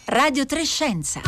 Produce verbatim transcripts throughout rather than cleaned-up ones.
Radio tre Scienza.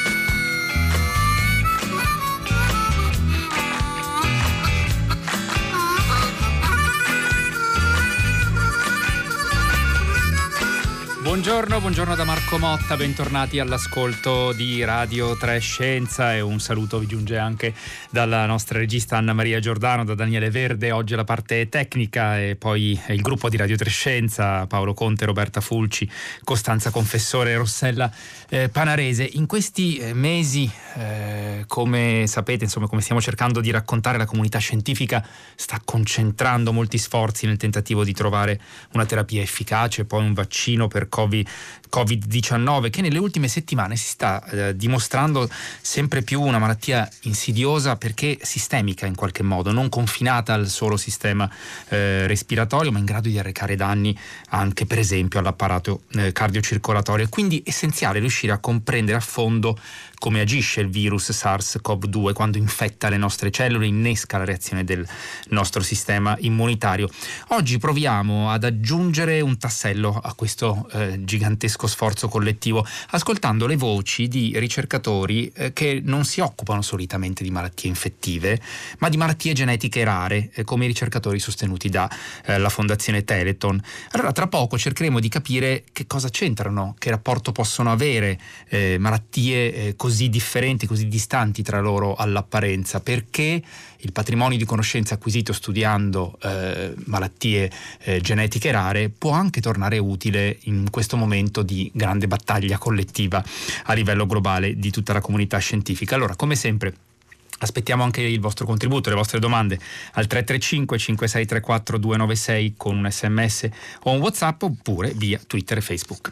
Buongiorno, buongiorno da Marco Motta, bentornati all'ascolto di Radio tre Scienza e un saluto vi giunge anche dalla nostra regista Anna Maria Giordano, da Daniele Verde, oggi la parte tecnica e poi il gruppo di Radio tre Scienza, Paolo Conte, Roberta Fulci, Costanza Confessore e Rossella eh, Panarese. In questi eh, mesi, eh, come sapete, insomma, come stiamo cercando di raccontare, la comunità scientifica sta concentrando molti sforzi nel tentativo di trovare una terapia efficace, poi un vaccino per covid diciannove, che nelle ultime settimane si sta eh, dimostrando sempre più una malattia insidiosa perché sistemica in qualche modo, non confinata al solo sistema eh, respiratorio, ma in grado di arrecare danni anche per esempio all'apparato eh, cardiocircolatorio. È quindi essenziale riuscire a comprendere a fondo come agisce il virus SARS-CoV due quando infetta le nostre cellule, innesca la reazione del nostro sistema immunitario. Oggi proviamo ad aggiungere un tassello a questo eh, gigantesco sforzo collettivo, ascoltando le voci di ricercatori eh, che non si occupano solitamente di malattie infettive, ma di malattie genetiche rare, eh, come i ricercatori sostenuti da eh, la Fondazione Telethon. Allora, tra poco cercheremo di capire che cosa c'entrano, che rapporto possono avere eh, malattie eh, così differenti, così distanti tra loro all'apparenza, perché il patrimonio di conoscenza acquisito studiando eh, malattie eh, genetiche rare può anche tornare utile in questo momento di grande battaglia collettiva a livello globale di tutta la comunità scientifica. Allora, come sempre, aspettiamo anche il vostro contributo, le vostre domande al tre tre cinque cinque sei tre quattro due nove sei con un sms o un WhatsApp, oppure via Twitter e Facebook.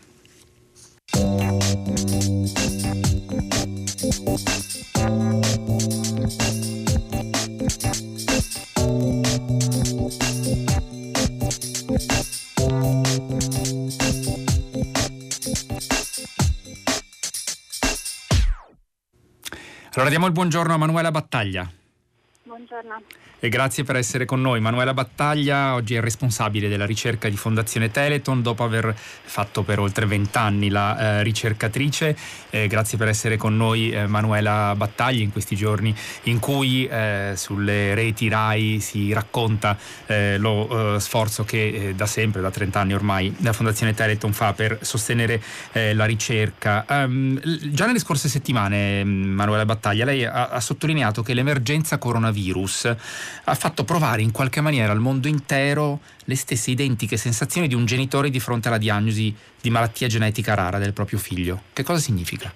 Allora diamo il buongiorno a Manuela Battaglia. Buongiorno. E grazie per essere con noi. Manuela Battaglia oggi è responsabile della ricerca di Fondazione Telethon, dopo aver fatto per oltre vent'anni la eh, ricercatrice. Eh, grazie per essere con noi, eh, Manuela Battaglia, in questi giorni in cui eh, sulle reti RAI si racconta eh, lo eh, sforzo che eh, da sempre, da trent'anni ormai, la Fondazione Telethon fa per sostenere eh, la ricerca. Um, già nelle scorse settimane, Manuela Battaglia, lei ha, ha sottolineato che l'emergenza coronavirus ha fatto provare in qualche maniera al mondo intero le stesse identiche sensazioni di un genitore di fronte alla diagnosi di malattia genetica rara del proprio figlio. Che cosa significa?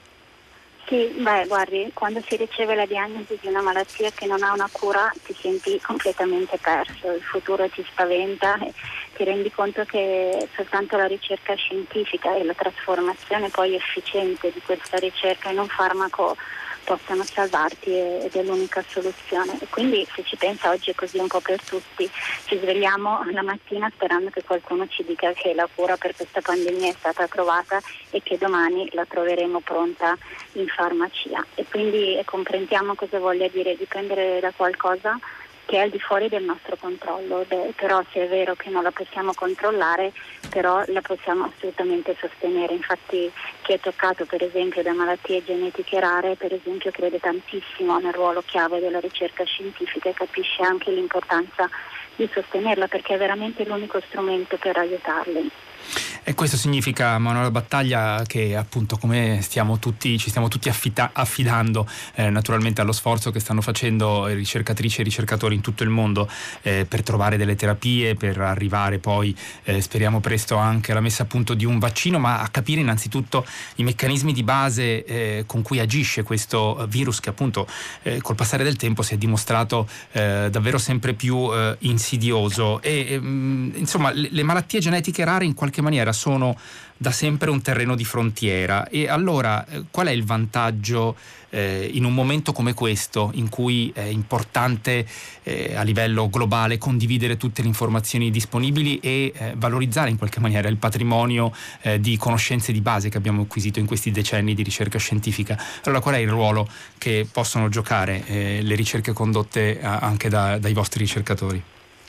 Sì, beh, guardi, quando si riceve la diagnosi di una malattia che non ha una cura ti senti completamente perso, il futuro ti spaventa e ti rendi conto che soltanto la ricerca scientifica e la trasformazione poi efficiente di questa ricerca in un farmaco possano salvarti ed è l'unica soluzione. E quindi, se ci pensa, oggi è così un po' per tutti. Ci svegliamo la mattina sperando che qualcuno ci dica che la cura per questa pandemia è stata trovata e che domani la troveremo pronta in farmacia. E quindi comprendiamo cosa voglia dire dipendere da qualcosa che è al di fuori del nostro controllo. Beh, però se è vero che non la possiamo controllare, però la possiamo assolutamente sostenere. Infatti chi è toccato per esempio da malattie genetiche rare, per esempio, crede tantissimo nel ruolo chiave della ricerca scientifica e capisce anche l'importanza di sostenerla, perché è veramente l'unico strumento per aiutarli. E questo significa, Manuela Battaglia, che appunto, come stiamo tutti, ci stiamo tutti affida- affidando eh, naturalmente allo sforzo che stanno facendo ricercatrici e ricercatori in tutto il mondo eh, per trovare delle terapie, per arrivare poi, eh, speriamo presto, anche alla messa a punto di un vaccino, ma a capire innanzitutto i meccanismi di base eh, con cui agisce questo virus, che appunto eh, col passare del tempo si è dimostrato eh, davvero sempre più eh, insidioso. E eh, insomma, le, le malattie genetiche rare in qualche maniera sono da sempre un terreno di frontiera. E allora eh, qual è il vantaggio eh, in un momento come questo, in cui è importante eh, a livello globale condividere tutte le informazioni disponibili e eh, valorizzare in qualche maniera il patrimonio eh, di conoscenze di base che abbiamo acquisito in questi decenni di ricerca scientifica? Allora, qual è il ruolo che possono giocare eh, le ricerche condotte a, anche da, dai vostri ricercatori?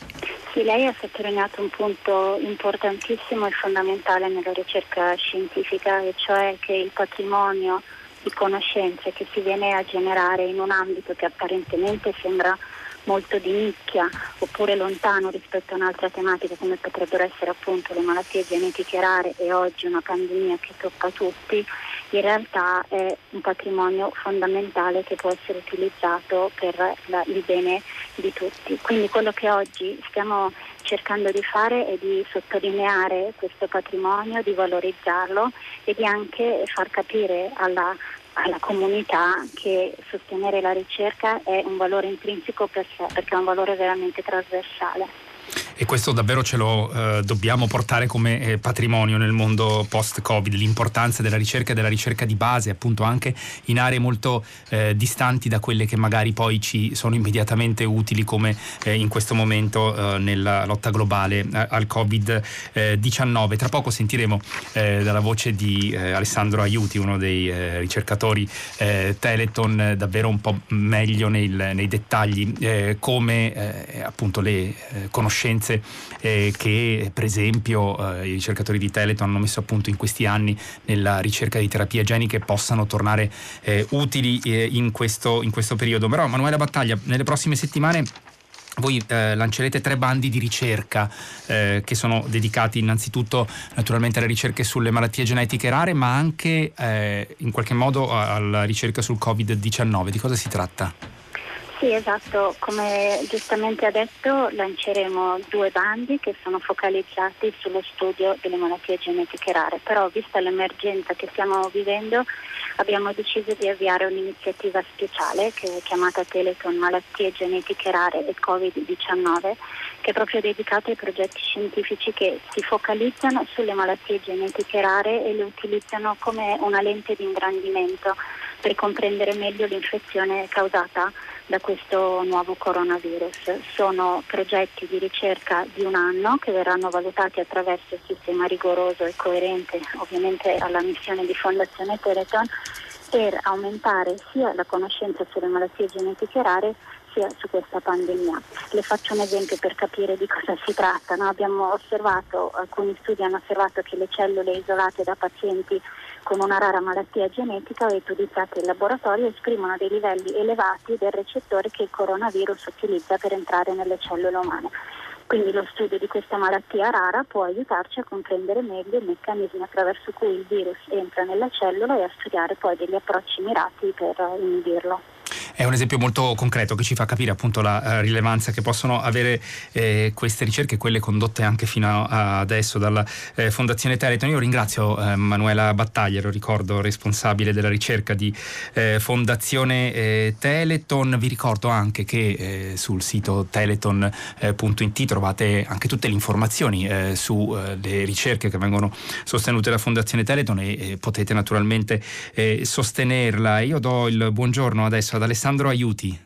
Sì, lei ha sottolineato un punto importantissimo e fondamentale nella ricerca scientifica, e cioè che il patrimonio di conoscenze che si viene a generare in un ambito che apparentemente sembra molto di nicchia oppure lontano rispetto a un'altra tematica come potrebbero essere appunto le malattie genetiche rare e oggi una pandemia che tocca tutti, in realtà è un patrimonio fondamentale che può essere utilizzato per la, il bene di tutti. Quindi quello che oggi stiamo cercando di fare è di sottolineare questo patrimonio, di valorizzarlo e di anche far capire alla alla comunità che sostenere la ricerca è un valore intrinseco per sé, perché è un valore veramente trasversale. E questo davvero ce lo eh, dobbiamo portare come eh, patrimonio nel mondo post-Covid, l'importanza della ricerca e della ricerca di base, appunto anche in aree molto eh, distanti da quelle che magari poi ci sono immediatamente utili, come eh, in questo momento eh, nella lotta globale eh, al covid diciannove. Tra poco sentiremo eh, dalla voce di eh, Alessandro Aiuti, uno dei eh, ricercatori eh, Teleton, eh, davvero un po' meglio nei, nei dettagli eh, come eh, appunto le eh, conoscenze Eh, che per esempio eh, i ricercatori di Teleton hanno messo a punto in questi anni nella ricerca di terapie geniche possano tornare eh, utili eh, in, questo, in questo periodo. Però Manuela Battaglia, nelle prossime settimane voi eh, lancerete tre bandi di ricerca eh, che sono dedicati innanzitutto naturalmente alle ricerche sulle malattie genetiche rare, ma anche eh, in qualche modo alla ricerca sul covid diciannove. Di cosa si tratta? Sì, esatto, come giustamente ha detto lanceremo due bandi che sono focalizzati sullo studio delle malattie genetiche rare, però vista l'emergenza che stiamo vivendo abbiamo deciso di avviare un'iniziativa speciale che è chiamata Teleton Malattie Genetiche Rare e covid diciannove, che è proprio dedicata ai progetti scientifici che si focalizzano sulle malattie genetiche rare e le utilizzano come una lente di ingrandimento per comprendere meglio l'infezione causata da questo nuovo coronavirus. Sono progetti di ricerca di un anno che verranno valutati attraverso il sistema rigoroso e coerente, ovviamente alla missione di Fondazione Teleton, per aumentare sia la conoscenza sulle malattie genetiche rare sia su questa pandemia. Le faccio un esempio per capire di cosa si tratta. No? Abbiamo osservato, alcuni studi hanno osservato che le cellule isolate da pazienti con una rara malattia genetica e utilizzate in laboratorio esprimono dei livelli elevati del recettore che il coronavirus utilizza per entrare nelle cellule umane. Quindi lo studio di questa malattia rara può aiutarci a comprendere meglio i meccanismi attraverso cui il virus entra nella cellula e a studiare poi degli approcci mirati per inidirlo. È un esempio molto concreto che ci fa capire appunto la uh, rilevanza che possono avere eh, queste ricerche, quelle condotte anche fino a adesso dalla eh, Fondazione Teleton. Io ringrazio eh, Manuela Battaglia, lo ricordo, responsabile della ricerca di eh, Fondazione eh, Teleton. Vi ricordo anche che eh, sul sito teleton punto it trovate anche tutte le informazioni eh, sulle eh, ricerche che vengono sostenute da Fondazione Teleton e eh, potete naturalmente eh, sostenerla. Io do il buongiorno adesso ad Alessandro Aiuti.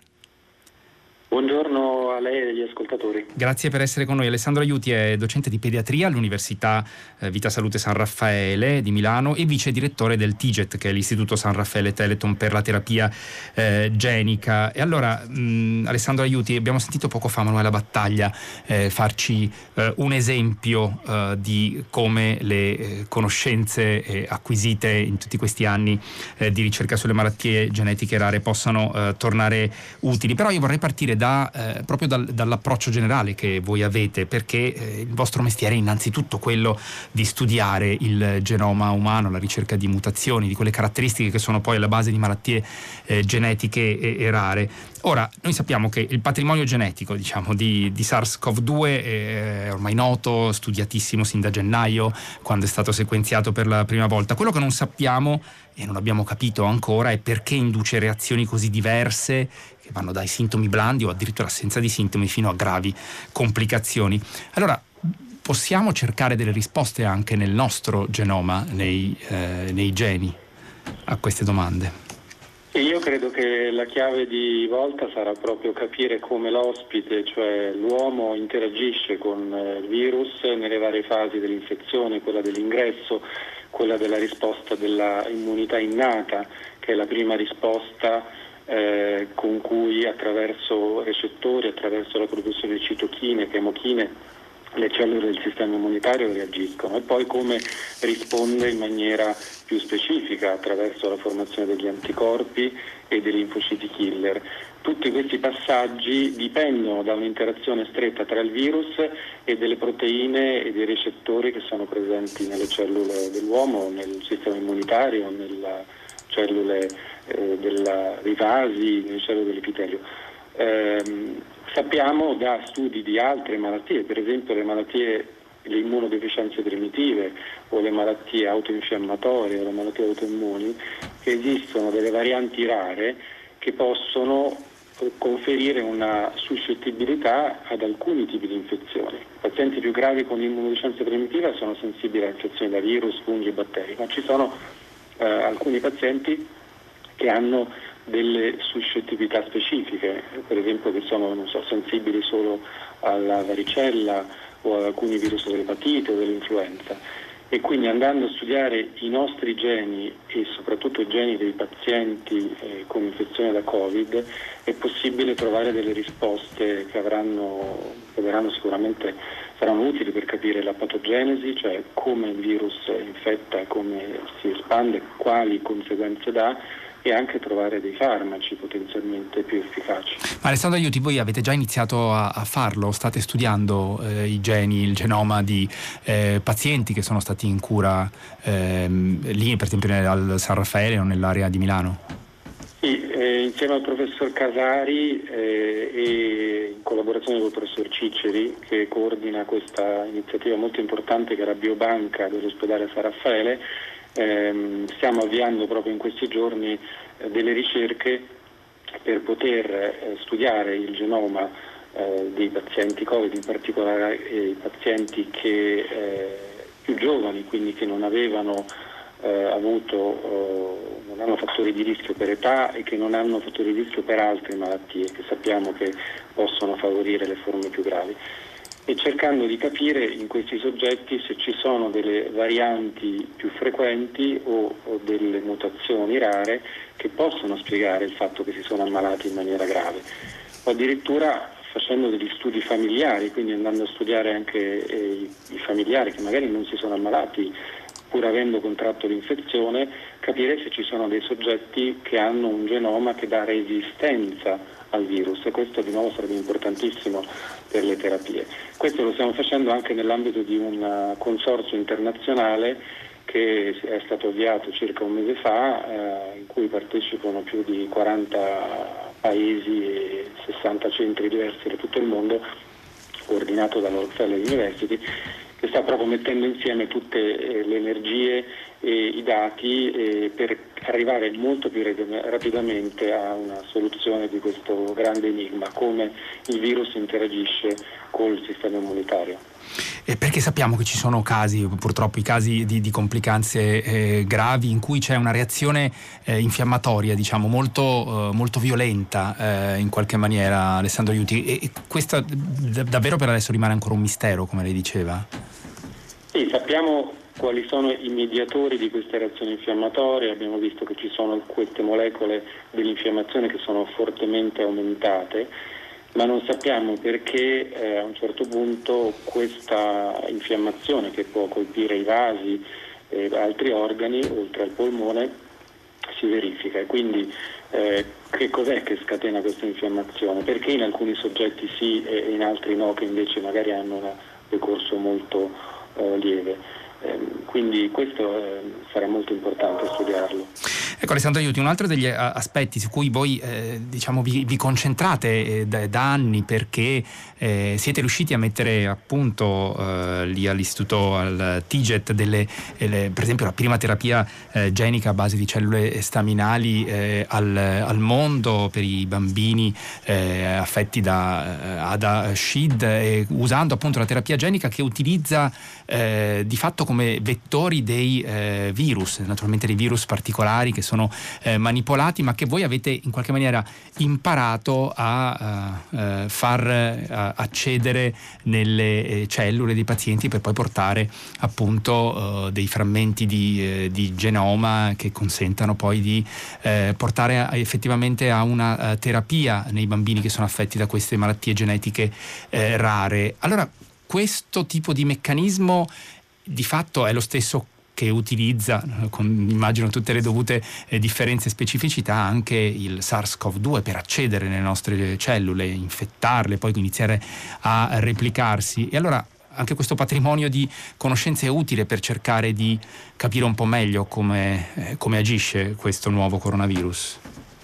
Buongiorno a lei e agli ascoltatori. Grazie per essere con noi. Alessandro Aiuti è docente di pediatria all'Università eh, Vita Salute San Raffaele di Milano e vice direttore del T I G E T, che è l'Istituto San Raffaele Teleton per la terapia eh, genica. E allora, mh, Alessandro Aiuti, abbiamo sentito poco fa Manuela Battaglia eh, farci eh, un esempio eh, di come le eh, conoscenze eh, acquisite in tutti questi anni eh, di ricerca sulle malattie genetiche rare possano eh, tornare utili. Però io vorrei partire da, eh, proprio dal, dall'approccio generale che voi avete, perché eh, il vostro mestiere è innanzitutto quello di studiare il genoma umano, la ricerca di mutazioni, di quelle caratteristiche che sono poi alla base di malattie eh, genetiche e, e rare. Ora, noi sappiamo che il patrimonio genetico, diciamo, di, di SARS-CoV due è ormai noto, studiatissimo sin da gennaio, quando è stato sequenziato per la prima volta. Quello che non sappiamo e non abbiamo capito ancora è perché induce reazioni così diverse, che vanno dai sintomi blandi o addirittura assenza di sintomi fino a gravi complicazioni. Allora, possiamo cercare delle risposte anche nel nostro genoma, nei, eh, nei geni, a queste domande? Io credo che la chiave di volta sarà proprio capire come l'ospite, cioè l'uomo, interagisce con il virus nelle varie fasi dell'infezione, quella dell'ingresso, quella della risposta della immunità innata, che è la prima risposta eh, con cui attraverso recettori, attraverso la produzione di citochine, chemochine, le cellule del sistema immunitario reagiscono, e poi come risponde in maniera più specifica attraverso la formazione degli anticorpi e dei linfociti killer. Tutti questi passaggi dipendono da un'interazione stretta tra il virus e delle proteine e dei recettori che sono presenti nelle cellule dell'uomo, nel sistema immunitario, nelle cellule eh, della, dei vasi, nelle cellule dell'epitelio. Eh, sappiamo da studi di altre malattie, per esempio le malattie, le immunodeficienze primitive o le malattie autoinfiammatorie o le malattie autoimmuni, che esistono delle varianti rare che possono conferire una suscettibilità ad alcuni tipi di infezioni. I pazienti più gravi con immunodeficienza primitiva sono sensibili a infezioni da virus, funghi e batteri, ma ci sono eh, alcuni pazienti che hanno delle suscettibilità specifiche, per esempio che sono non so, sensibili solo alla varicella o ad alcuni virus dell'epatite o dell'influenza, e quindi andando a studiare i nostri geni e soprattutto i geni dei pazienti eh, con infezione da Covid è possibile trovare delle risposte che avranno, che verranno sicuramente, saranno utili per capire la patogenesi, cioè come il virus infetta, come si espande, quali conseguenze dà, e anche trovare dei farmaci potenzialmente più efficaci. Ma Alessandro Aiuti, voi avete già iniziato a, a farlo? State studiando eh, i geni, il genoma di eh, pazienti che sono stati in cura ehm, lì, per esempio al San Raffaele o nell'area di Milano? Sì, eh, insieme al professor Casari eh, e in collaborazione con il professor Ciceri, che coordina questa iniziativa molto importante che è la biobanca dell'ospedale San Raffaele, ehm, stiamo avviando proprio in questi giorni eh, delle ricerche per poter eh, studiare il genoma eh, dei pazienti Covid, in particolare eh, i pazienti che eh, più giovani, quindi che non avevano eh, avuto, eh, non hanno fattori di rischio per età e che non hanno fattori di rischio per altre malattie che sappiamo che possono favorire le forme più gravi, e cercando di capire in questi soggetti se ci sono delle varianti più frequenti o, o delle mutazioni rare che possono spiegare il fatto che si sono ammalati in maniera grave, o addirittura facendo degli studi familiari, quindi andando a studiare anche eh, i, i familiari che magari non si sono ammalati pur avendo contratto l'infezione, capire se ci sono dei soggetti che hanno un genoma che dà resistenza al virus, e questo di nuovo sarebbe importantissimo per le terapie. Questo lo stiamo facendo anche nell'ambito di un consorzio internazionale che è stato avviato circa un mese fa, eh, in cui partecipano più di quaranta paesi e sessanta centri diversi da tutto il mondo, coordinato dalla Rockefeller University, che sta proprio mettendo insieme tutte eh, le energie e i dati eh, per arrivare molto più rapidamente a una soluzione di questo grande enigma, come il virus interagisce col sistema immunitario. Eh, perché sappiamo che ci sono casi, purtroppo i casi di, di complicanze eh, gravi in cui c'è una reazione eh, infiammatoria, diciamo, molto, eh, molto violenta eh, in qualche maniera, Alessandro Aiuti, e, e questo d- davvero per adesso rimane ancora un mistero, come lei diceva? Sì, sappiamo quali sono i mediatori di queste reazioni infiammatorie, abbiamo visto che ci sono queste molecole dell'infiammazione che sono fortemente aumentate, ma non sappiamo perché eh, a un certo punto questa infiammazione, che può colpire i vasi e altri organi oltre al polmone, si verifica. E quindi eh, che cos'è che scatena questa infiammazione? Perché in alcuni soggetti sì e in altri no, che invece magari hanno un decorso molto eh, lieve? Quindi questo eh, sarà molto importante studiarlo. Ecco Alessandro Aiuti, un altro degli aspetti su cui voi eh, diciamo vi, vi concentrate eh, da, da anni, perché eh, siete riusciti a mettere a punto eh, lì all'istituto, al T G E T, delle, eh, le, per esempio la prima terapia eh, genica a base di cellule staminali eh, al, al mondo per i bambini eh, affetti da eh, ADA S H I D, eh, usando appunto la terapia genica che utilizza eh, di fatto come vettori dei eh, virus, naturalmente dei virus particolari che sono sono eh, manipolati, ma che voi avete in qualche maniera imparato a uh, uh, far uh, accedere nelle eh, cellule dei pazienti per poi portare appunto uh, dei frammenti di, eh, di genoma che consentano poi di eh, portare a, effettivamente a una uh, terapia nei bambini che sono affetti da queste malattie genetiche eh, rare. Allora, questo tipo di meccanismo di fatto è lo stesso che utilizza, con immagino tutte le dovute eh, differenze e specificità, anche il SARS-CoV due per accedere nelle nostre cellule, infettarle, poi iniziare a replicarsi. E allora anche questo patrimonio di conoscenze è utile per cercare di capire un po' meglio come, eh, come agisce questo nuovo coronavirus.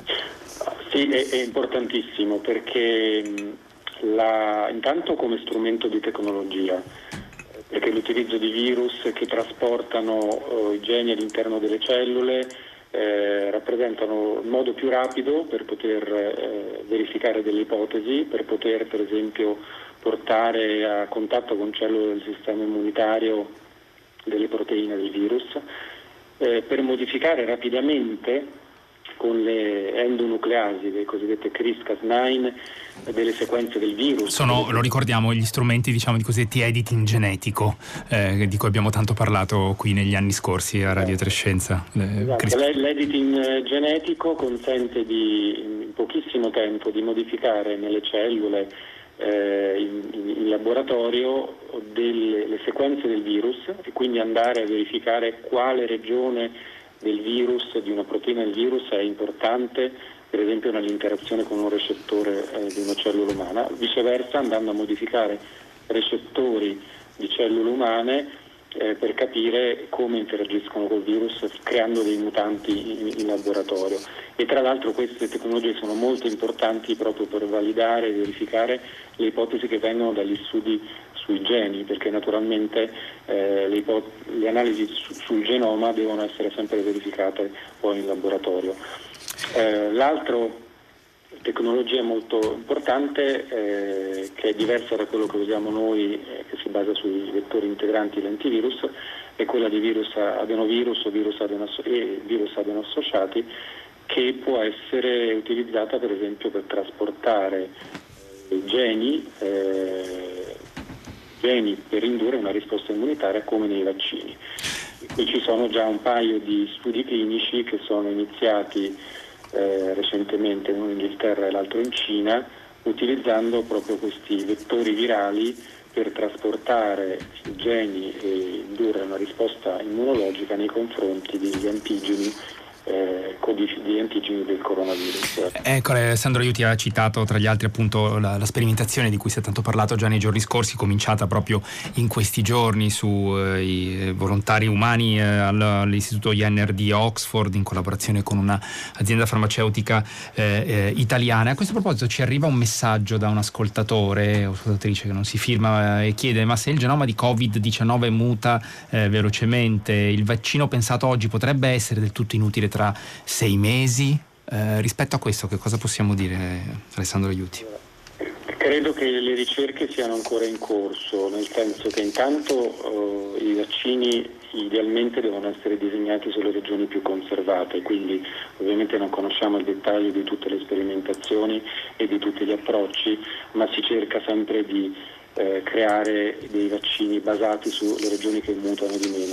Sì, è, è importantissimo perché la, intanto come strumento di tecnologia, perché l'utilizzo di virus che trasportano eh, i geni all'interno delle cellule eh, rappresentano il modo più rapido per poter eh, verificare delle ipotesi, per poter per esempio portare a contatto con cellule del sistema immunitario delle proteine del virus, eh, per modificare rapidamente con le endonucleasi, le cosiddette CRISPR Cas nove, delle sequenze del virus. Sono, lo ricordiamo, gli strumenti diciamo di cosiddetti editing genetico, eh, di cui abbiamo tanto parlato qui negli anni scorsi a Radio Trescenza. Esatto. L'editing genetico consente di, in pochissimo tempo di modificare nelle cellule eh, in, in laboratorio delle, le sequenze del virus e quindi andare a verificare quale regione del virus, di una proteina del virus è importante per esempio nell'interazione con un recettore eh, di una cellula umana, viceversa andando a modificare recettori di cellule umane eh, per capire come interagiscono col virus creando dei mutanti in, in laboratorio. E tra l'altro queste tecnologie sono molto importanti proprio per validare e verificare le ipotesi che vengono dagli studi sui geni, perché naturalmente eh, le, ipot- le analisi su- sul genoma devono essere sempre verificate poi in laboratorio. Eh, l'altro tecnologia molto importante eh, che è diversa da quello che usiamo noi, eh, che si basa sui vettori integranti l'antivirus, è quella di virus adenovirus o virus, adenos- e virus adenoassociati, che può essere utilizzata per esempio per trasportare eh, geni eh, geni per indurre una risposta immunitaria come nei vaccini. Qui ci sono già un paio di studi clinici che sono iniziati eh, recentemente, uno in Inghilterra e l'altro in Cina, utilizzando proprio questi vettori virali per trasportare i geni e indurre una risposta immunologica nei confronti degli antigeni Eh, codici di antigeni del coronavirus. Ecco, Alessandro Aiuti ha citato tra gli altri appunto la, la sperimentazione di cui si è tanto parlato già nei giorni scorsi, cominciata proprio in questi giorni sui eh, volontari umani eh, all'Istituto I N R D Oxford in collaborazione con un'azienda farmaceutica eh, eh, italiana. A questo proposito ci arriva un messaggio da un ascoltatore o ascoltatrice che non si firma eh, e chiede: ma se il genoma di covid diciannove muta eh, velocemente, il vaccino pensato oggi potrebbe essere del tutto inutile tra sei mesi? Eh, rispetto a questo che cosa possiamo dire, Alessandro Aiuti? Credo che le ricerche siano ancora in corso, nel senso che intanto eh, i vaccini idealmente devono essere disegnati sulle regioni più conservate, quindi ovviamente non conosciamo il dettaglio di tutte le sperimentazioni e di tutti gli approcci, ma si cerca sempre di eh, creare dei vaccini basati sulle regioni che mutano di meno.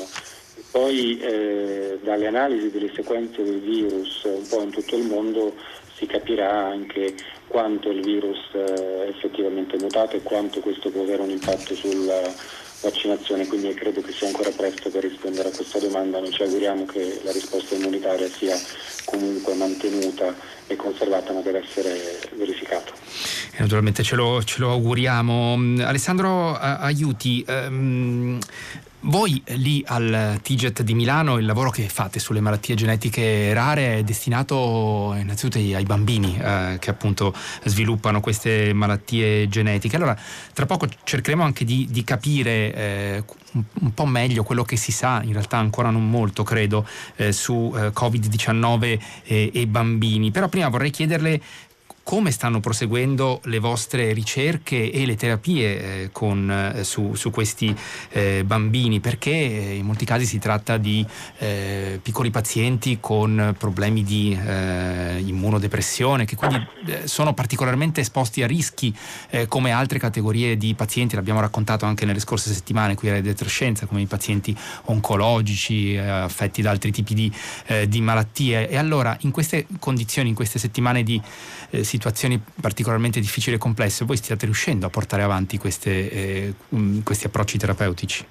Poi eh, dalle analisi delle sequenze del virus un po' in tutto il mondo si capirà anche quanto il virus eh, è effettivamente mutato e quanto questo può avere un impatto sulla vaccinazione, quindi credo che sia ancora presto per rispondere a questa domanda. Noi ci auguriamo che la risposta immunitaria sia comunque mantenuta e conservata, ma deve essere verificata. E naturalmente ce lo, ce lo auguriamo. Alessandro Aiuti, ehm, voi lì al T G E T di Milano il lavoro che fate sulle malattie genetiche rare è destinato innanzitutto ai bambini eh, che appunto sviluppano queste malattie genetiche. Allora tra poco cercheremo anche di, di capire eh, un, un po' meglio quello che si sa, in realtà ancora non molto credo, eh, su eh, covid diciannove e, e bambini. Però prima vorrei chiederle come stanno proseguendo le vostre ricerche e le terapie eh, con, eh, su, su questi eh, bambini, perché in molti casi si tratta di eh, piccoli pazienti con problemi di eh, immunodepressione, che quindi eh, sono particolarmente esposti a rischi eh, come altre categorie di pazienti, l'abbiamo raccontato anche nelle scorse settimane qui a Radio tre Scienza, come i pazienti oncologici, eh, affetti da altri tipi di, eh, di malattie. E allora in queste condizioni, in queste settimane di eh, situazioni particolarmente difficili e complesse, voi stiate riuscendo a portare avanti queste, eh, questi approcci terapeutici?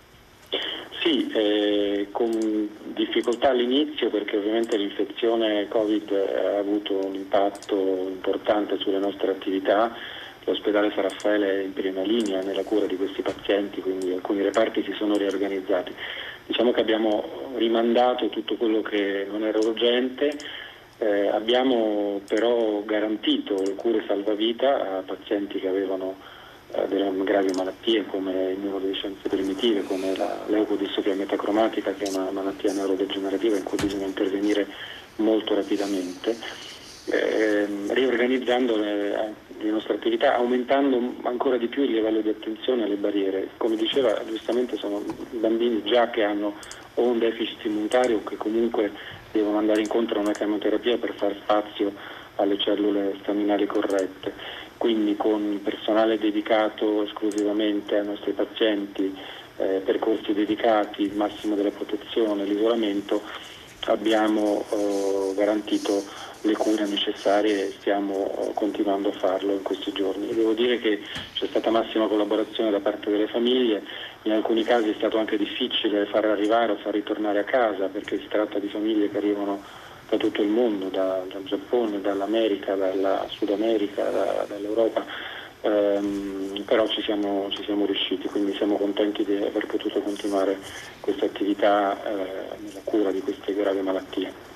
Sì, eh, con difficoltà all'inizio, perché ovviamente l'infezione Covid ha avuto un impatto importante sulle nostre attività. L'ospedale San Raffaele è in prima linea nella cura di questi pazienti, quindi alcuni reparti si sono riorganizzati. Diciamo che abbiamo rimandato tutto quello che non era urgente, eh, abbiamo però garantito le cure salvavita a pazienti che avevano eh, delle gravi malattie come immunodeficienze primitive, come la leucodistrofia metacromatica, che è una malattia neurodegenerativa in cui bisogna intervenire molto rapidamente. Eh, riorganizzando le, le nostre attività, aumentando ancora di più il livello di attenzione alle barriere. Come diceva giustamente, sono bambini già che hanno o un deficit immunitario o che comunque devono andare incontro a una chemioterapia per far spazio alle cellule staminali corrette, quindi con personale dedicato esclusivamente ai nostri pazienti, eh, percorsi dedicati, il massimo della protezione, l'isolamento, abbiamo eh, garantito le cure necessarie e stiamo continuando a farlo in questi giorni. Devo dire che c'è stata massima collaborazione da parte delle famiglie, in alcuni casi è stato anche difficile far arrivare o far ritornare a casa, perché si tratta di famiglie che arrivano da tutto il mondo, da, dal Giappone, dall'America, dalla Sud America, da, dall'Europa, ehm, però ci siamo, ci siamo riusciti, quindi siamo contenti di aver potuto continuare questa attività eh, nella cura di queste gravi malattie.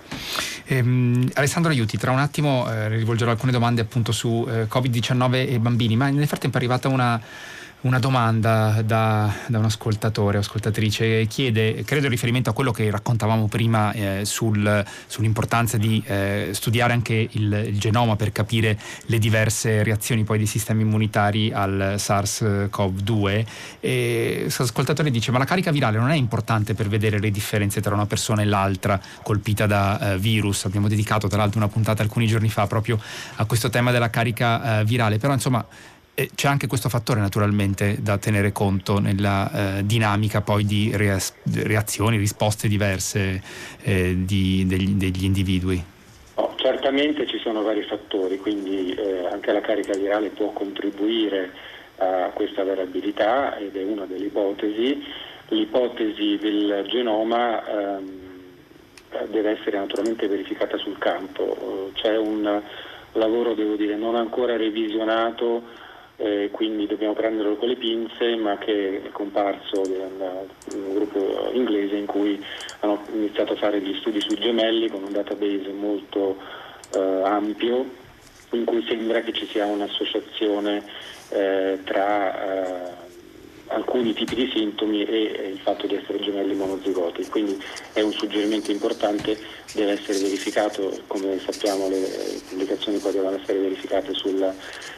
Um, Alessandro Aiuti, tra un attimo eh, rivolgerò alcune domande appunto su eh, covid diciannove e bambini, ma nel frattempo è arrivata una, una domanda da, da un ascoltatore o ascoltatrice, chiede, credo in riferimento a quello che raccontavamo prima eh, sul, sull'importanza di eh, studiare anche il, il genoma per capire le diverse reazioni poi dei sistemi immunitari al SARS-CoV due. E questo ascoltatore dice: ma la carica virale non è importante per vedere le differenze tra una persona e l'altra colpita da eh, virus? Abbiamo dedicato tra l'altro una puntata alcuni giorni fa proprio a questo tema della carica eh, virale, però insomma eh, c'è anche questo fattore naturalmente da tenere conto nella eh, dinamica poi di reas- reazioni, risposte diverse eh, di, degli, degli individui. Oh, certamente ci sono vari fattori, quindi eh, anche la carica virale può contribuire a questa variabilità ed è una delle ipotesi. L'ipotesi del genoma ehm, deve essere naturalmente verificata sul campo. C'è un lavoro, devo dire, non ancora revisionato, eh, quindi dobbiamo prenderlo con le pinze, ma che è comparso in un gruppo inglese in cui hanno iniziato a fare gli studi sui gemelli con un database molto eh, ampio, in cui sembra che ci sia un'associazione eh, tra eh, alcuni tipi di sintomi e il fatto di essere gemelli monozigoti, quindi è un suggerimento importante, deve essere verificato, come sappiamo le pubblicazioni poi devono essere verificate sul,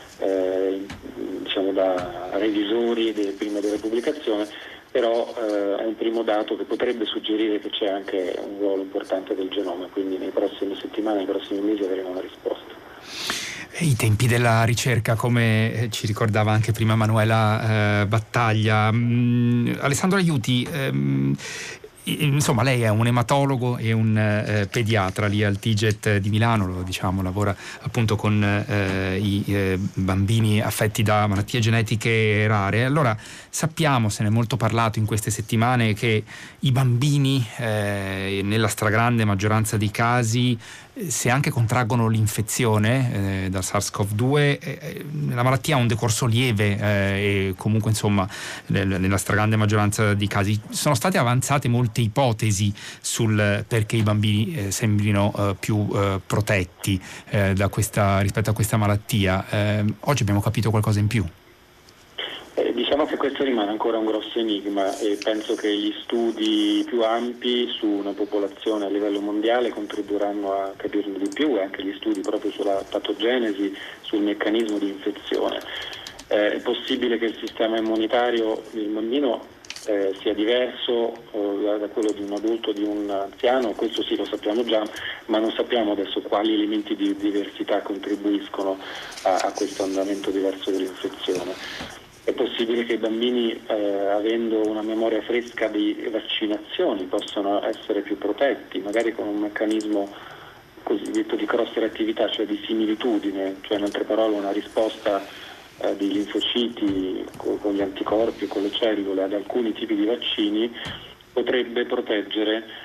eh, diciamo da revisori de, prima della pubblicazione, però eh, è un primo dato che potrebbe suggerire che c'è anche un ruolo importante del genoma, quindi nei prossime settimane, nei prossimi mesi avremo una risposta. I tempi della ricerca, come ci ricordava anche prima Manuela eh, Battaglia. Mm, Alessandro Aiuti, ehm, insomma lei è un ematologo e un eh, pediatra lì al T G E T di Milano, lo diciamo, lavora appunto con eh, i eh, bambini affetti da malattie genetiche rare. Allora sappiamo, se ne è molto parlato in queste settimane, che i bambini eh, nella stragrande maggioranza dei casi, se anche contraggono l'infezione eh, da SARS-CoV due, eh, la malattia ha un decorso lieve eh, e comunque insomma nel, nella stragrande maggioranza dei casi sono state avanzate molte ipotesi sul perché i bambini eh, sembrino eh, più eh, protetti eh, da questa, rispetto a questa malattia. Eh, oggi abbiamo capito qualcosa in più. Eh, Diciamo che questo rimane ancora un grosso enigma e penso che gli studi più ampi su una popolazione a livello mondiale contribuiranno a capirne di più, e anche gli studi proprio sulla patogenesi, sul meccanismo di infezione. Eh, è possibile che il sistema immunitario del bambino eh, sia diverso eh, da quello di un adulto o di un anziano, questo sì lo sappiamo già, ma non sappiamo adesso quali elementi di diversità contribuiscono a, a questo andamento diverso dell'infezione. È possibile che i bambini, eh, avendo una memoria fresca di vaccinazioni, possano essere più protetti, magari con un meccanismo cosiddetto di cross-reattività, cioè di similitudine, cioè in altre parole una risposta eh, di linfociti con, con gli anticorpi, con le cellule ad alcuni tipi di vaccini potrebbe proteggere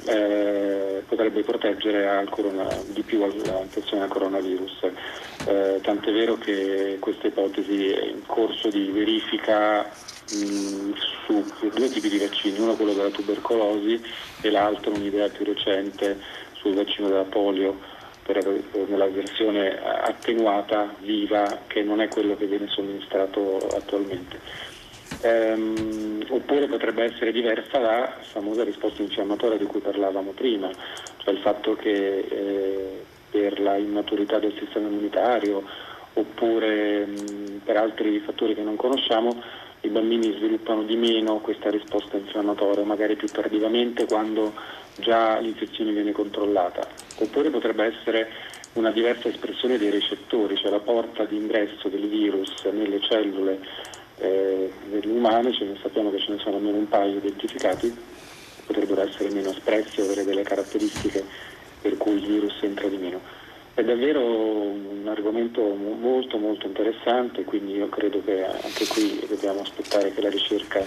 Eh, potrebbe proteggere al corona, di più all'infezione al coronavirus. Eh, tant'è vero che questa ipotesi è in corso di verifica mh, su due tipi di vaccini, uno quello della tubercolosi e l'altro, un'idea più recente, sul vaccino della polio per, nella versione attenuata viva, che non è quello che viene somministrato attualmente. Ehm, oppure potrebbe essere diversa la famosa risposta infiammatoria di cui parlavamo prima, cioè il fatto che eh, per la immaturità del sistema immunitario oppure mh, per altri fattori che non conosciamo i bambini sviluppano di meno questa risposta infiammatoria, magari più tardivamente, quando già l'infezione viene controllata. Oppure potrebbe essere una diversa espressione dei recettori, cioè la porta di ingresso del virus nelle cellule Eh, degli umani, cioè noi sappiamo che ce ne sono almeno un paio identificati, potrebbero essere meno espressi o avere delle caratteristiche per cui il virus entra di meno. È davvero un argomento molto molto interessante, quindi io credo che anche qui dobbiamo aspettare che la ricerca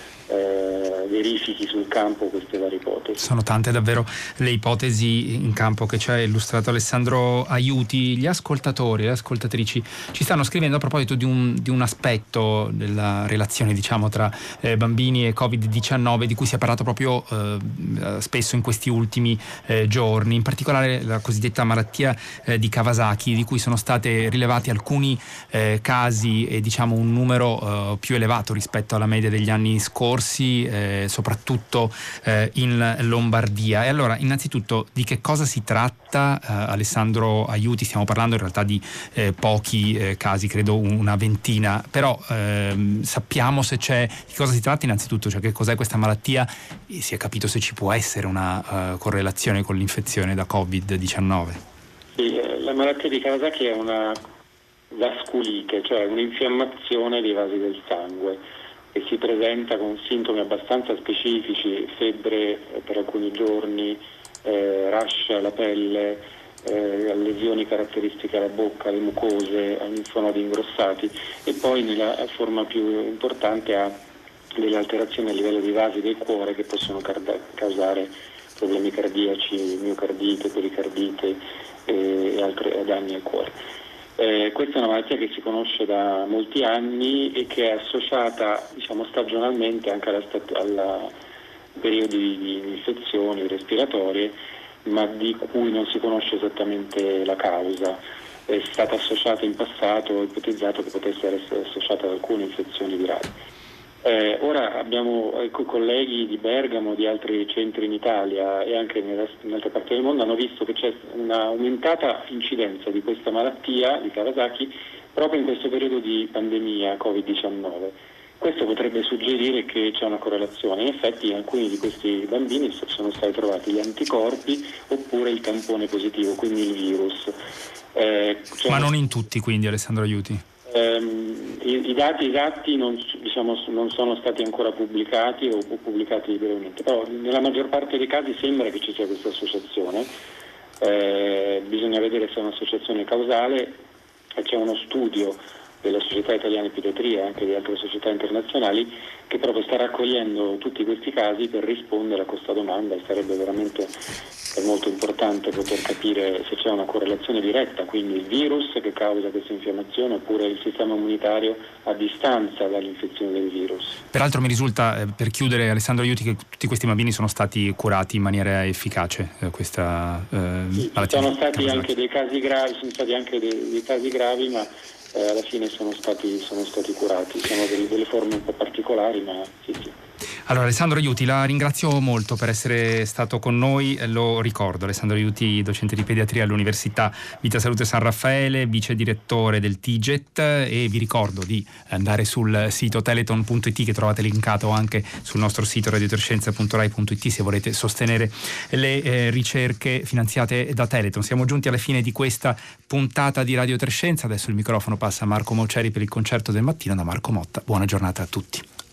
eh, verifichi sul campo queste varie ipotesi. Sono tante davvero le ipotesi in campo che ci ha illustrato Alessandro Aiuti. Gli ascoltatori e le ascoltatrici ci stanno scrivendo a proposito di un, di un aspetto della relazione, diciamo, tra eh, bambini e covid diciannove, di cui si è parlato proprio eh, spesso in questi ultimi eh, giorni, in particolare la cosiddetta malattia eh, di Kawasaki, di cui sono state rilevati alcuni eh, casi e diciamo un numero eh, più elevato rispetto alla media degli anni scorsi, Eh, soprattutto eh, in Lombardia. E allora, innanzitutto, di che cosa si tratta, eh, Alessandro Aiuti? Stiamo parlando in realtà di eh, pochi eh, casi, credo una ventina, però ehm, sappiamo se c'è, di cosa si tratta innanzitutto, cioè che cos'è questa malattia, e si è capito se ci può essere una uh, correlazione con l'infezione da covid diciannove. Sì, la malattia di Kawasaki è una vasculite, cioè un'infiammazione dei vasi del sangue, e si presenta con sintomi abbastanza specifici: febbre per alcuni giorni, eh, rash alla pelle, eh, lesioni caratteristiche alla bocca, alle mucose, linfonodi ingrossati, e poi nella forma più importante ha delle alterazioni a livello dei vasi del cuore che possono car- causare problemi cardiaci, miocardite, pericardite e, e altri danni al cuore. Eh, questa è una malattia che si conosce da molti anni e che è associata, diciamo, stagionalmente anche alla, alla periodi di infezioni respiratorie, ma di cui non si conosce esattamente la causa. È stata associata in passato, è ipotizzato che potesse essere associata ad alcune infezioni virali. Eh, ora abbiamo ecco, colleghi di Bergamo, di altri centri in Italia e anche in altre parti del mondo hanno visto che c'è una aumentata incidenza di questa malattia di Kawasaki proprio in questo periodo di pandemia covid diciannove. Questo potrebbe suggerire che c'è una correlazione. In effetti in alcuni di questi bambini sono stati trovati gli anticorpi oppure il tampone positivo, quindi il virus. Eh, cioè... Ma non in tutti, quindi, Alessandro Aiuti? Um, i, I dati esatti non, diciamo, non sono stati ancora pubblicati o pubblicati brevemente, però nella maggior parte dei casi sembra che ci sia questa associazione. Eh, bisogna vedere se è un'associazione causale, e c'è uno studio della Società Italiana di Pediatria e anche di altre società internazionali che proprio sta raccogliendo tutti questi casi per rispondere a questa domanda, e sarebbe veramente è molto importante poter capire se c'è una correlazione diretta, quindi il virus che causa questa infiammazione oppure il sistema immunitario a distanza dall'infezione del virus. Peraltro mi risulta, eh, per chiudere, Alessandro Aiuti, che tutti questi bambini sono stati curati in maniera efficace, eh, questa eh, sì, malattia. Sono stati anche dei casi gravi, sono stati anche dei, dei casi gravi, ma eh, alla fine sono stati, sono stati curati. Sono delle, delle forme un po' particolari, ma sì sì. Allora, Alessandro Aiuti, la ringrazio molto per essere stato con noi. Lo ricordo, Alessandro Aiuti, docente di pediatria all'Università Vita Salute San Raffaele, vice direttore del T G E T, e vi ricordo di andare sul sito teleton punto it, che trovate linkato anche sul nostro sito radiotrescienza punto rai punto it, se volete sostenere le eh, ricerche finanziate da Teleton. Siamo giunti alla fine di questa puntata di Radio Trescenza. Adesso il microfono passa a Marco Mauceri per il concerto del mattino. Da Marco Motta, buona giornata a tutti.